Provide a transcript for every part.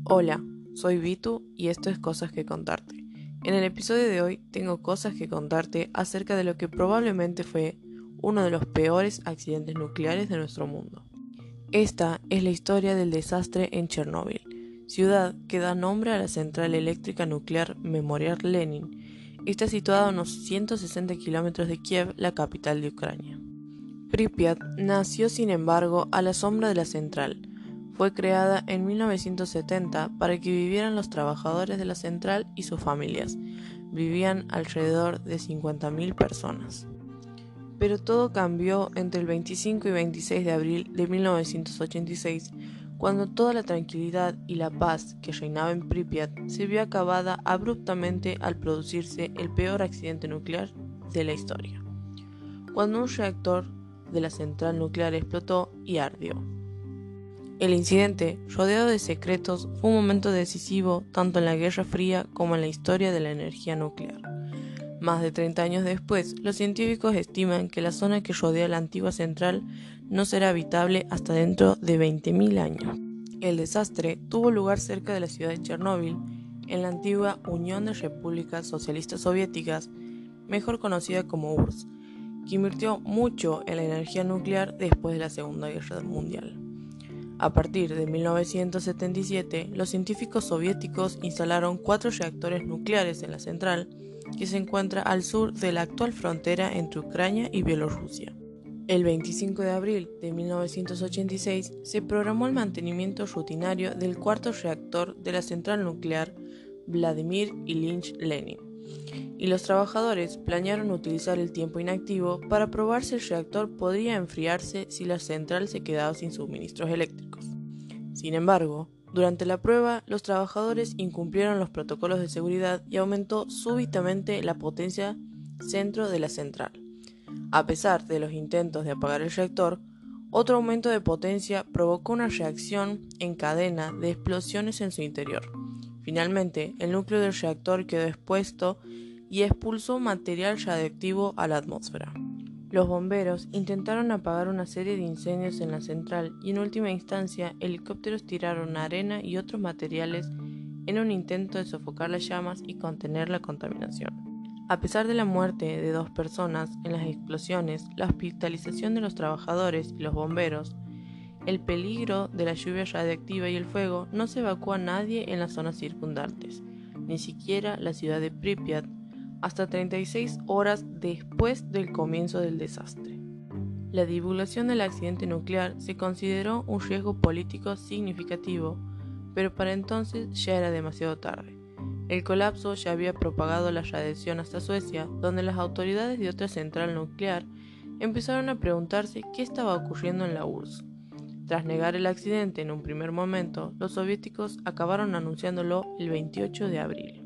Hola, soy Vitu y esto es Cosas que contarte. En el episodio de hoy tengo cosas que contarte acerca de lo que probablemente fue uno de los peores accidentes nucleares de nuestro mundo. Esta es la historia del desastre en Chernóbil, ciudad que da nombre a la central eléctrica nuclear Memorial Lenin. Está situada a unos 160 kilómetros de Kiev, la capital de Ucrania. Pripyat nació, sin embargo, a la sombra de la central. Fue creada en 1970 para que vivieran los trabajadores de la central y sus familias. Vivían alrededor de 50.000 personas. Pero todo cambió entre el 25 y 26 de abril de 1986, cuando toda la tranquilidad y la paz que reinaba en Pripyat se vio acabada abruptamente al producirse el peor accidente nuclear de la historia, cuando un reactor de la central nuclear explotó y ardió. El incidente, rodeado de secretos, fue un momento decisivo tanto en la Guerra Fría como en la historia de la energía nuclear. Más de 30 años después, los científicos estiman que la zona que rodea la antigua central no será habitable hasta dentro de 20.000 años. El desastre tuvo lugar cerca de la ciudad de Chernóbil, en la antigua Unión de Repúblicas Socialistas Soviéticas, mejor conocida como URSS, que invirtió mucho en la energía nuclear después de la Segunda Guerra Mundial. A partir de 1977, los científicos soviéticos instalaron 4 reactores nucleares en la central, que se encuentra al sur de la actual frontera entre Ucrania y Bielorrusia. El 25 de abril de 1986 se programó el mantenimiento rutinario del cuarto reactor de la central nuclear Vladimir Ilich Lenin, y los trabajadores planearon utilizar el tiempo inactivo para probar si el reactor podría enfriarse si la central se quedaba sin suministros eléctricos. Sin embargo, durante la prueba, los trabajadores incumplieron los protocolos de seguridad y aumentó súbitamente la potencia centro de la central. A pesar de los intentos de apagar el reactor, otro aumento de potencia provocó una reacción en cadena de explosiones en su interior. Finalmente, el núcleo del reactor quedó expuesto y expulsó material radiactivo a la atmósfera. Los bomberos intentaron apagar una serie de incendios en la central y en última instancia helicópteros tiraron arena y otros materiales en un intento de sofocar las llamas y contener la contaminación. A pesar de la muerte de 2 personas en las explosiones, la hospitalización de los trabajadores y los bomberos, el peligro de la lluvia radiactiva y el fuego, no se evacuó a nadie en las zonas circundantes, ni siquiera la ciudad de Pripyat, hasta 36 horas después del comienzo del desastre. La divulgación del accidente nuclear se consideró un riesgo político significativo, pero para entonces ya era demasiado tarde. El colapso ya había propagado la radiación hasta Suecia, donde las autoridades de otra central nuclear empezaron a preguntarse qué estaba ocurriendo en la URSS. Tras negar el accidente en un primer momento, los soviéticos acabaron anunciándolo el 28 de abril.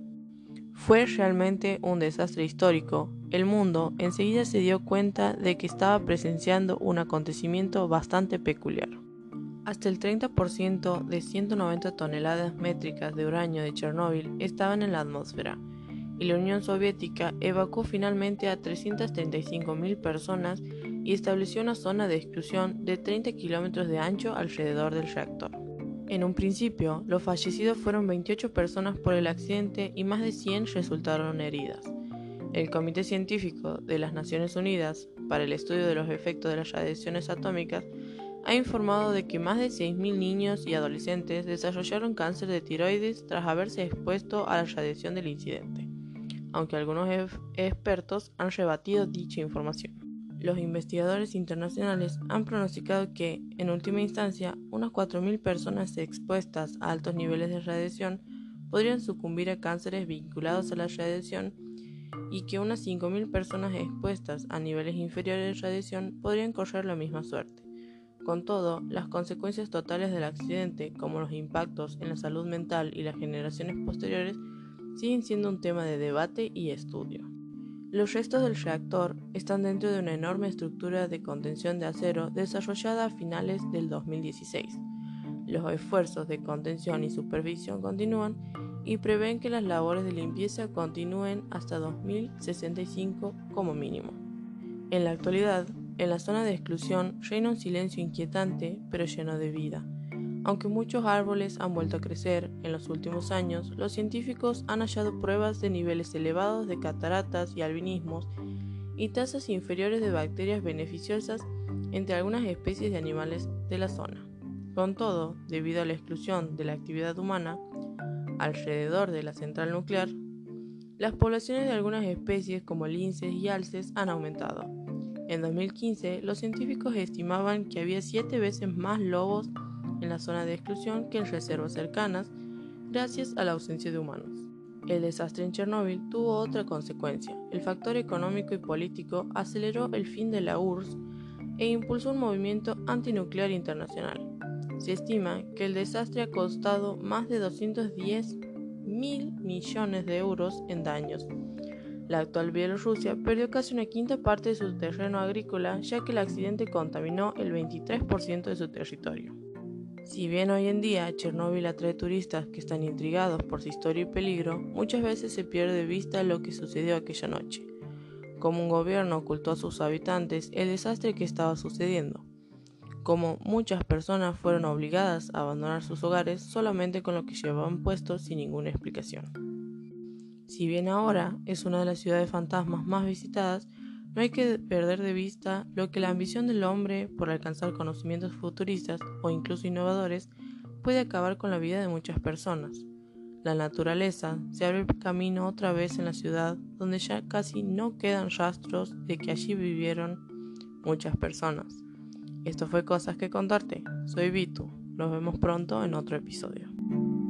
Fue realmente un desastre histórico. El mundo enseguida se dio cuenta de que estaba presenciando un acontecimiento bastante peculiar. Hasta el 30% de 190 toneladas métricas de uranio de Chernóbil estaban en la atmósfera, y la Unión Soviética evacuó finalmente a 335.000 personas y estableció una zona de exclusión de 30 kilómetros de ancho alrededor del reactor. En un principio, los fallecidos fueron 28 personas por el accidente y más de 100 resultaron heridas. El Comité Científico de las Naciones Unidas para el Estudio de los Efectos de las Radiaciones Atómicas ha informado de que más de 6.000 niños y adolescentes desarrollaron cáncer de tiroides tras haberse expuesto a la radiación del incidente, aunque algunos expertos han rebatido dicha información. Los investigadores internacionales han pronosticado que, en última instancia, unas 4.000 personas expuestas a altos niveles de radiación podrían sucumbir a cánceres vinculados a la radiación y que unas 5.000 personas expuestas a niveles inferiores de radiación podrían correr la misma suerte. Con todo, las consecuencias totales del accidente, como los impactos en la salud mental y las generaciones posteriores, siguen siendo un tema de debate y estudio. Los restos del reactor están dentro de una enorme estructura de contención de acero desarrollada a finales del 2016. Los esfuerzos de contención y supervisión continúan y prevén que las labores de limpieza continúen hasta 2065 como mínimo. En la actualidad, en la zona de exclusión reina un silencio inquietante pero lleno de vida. Aunque muchos árboles han vuelto a crecer en los últimos años, los científicos han hallado pruebas de niveles elevados de cataratas y albinismos y tasas inferiores de bacterias beneficiosas entre algunas especies de animales de la zona. Con todo, debido a la exclusión de la actividad humana alrededor de la central nuclear, las poblaciones de algunas especies como linces y alces han aumentado. En 2015, los científicos estimaban que había 7 veces más lobos en la zona de exclusión que en reservas cercanas, gracias a la ausencia de humanos. El desastre en Chernóbil tuvo otra consecuencia. El factor económico y político aceleró el fin de la URSS e impulsó un movimiento antinuclear internacional. Se estima que el desastre ha costado más de 210.000 millones de euros en daños. La actual Bielorrusia perdió casi una quinta parte de su terreno agrícola, ya que el accidente contaminó el 23% de su territorio. Si bien hoy en día Chernóbil atrae turistas que están intrigados por su historia y peligro, muchas veces se pierde de vista lo que sucedió aquella noche. Cómo un gobierno ocultó a sus habitantes el desastre que estaba sucediendo. Cómo muchas personas fueron obligadas a abandonar sus hogares solamente con lo que llevaban puesto sin ninguna explicación. Si bien ahora es una de las ciudades fantasmas más visitadas, no hay que perder de vista lo que la ambición del hombre por alcanzar conocimientos futuristas o incluso innovadores puede acabar con la vida de muchas personas. La naturaleza se abre camino otra vez en la ciudad, donde ya casi no quedan rastros de que allí vivieron muchas personas. Esto fue Cosas que Contarte. Soy Vitu. Nos vemos pronto en otro episodio.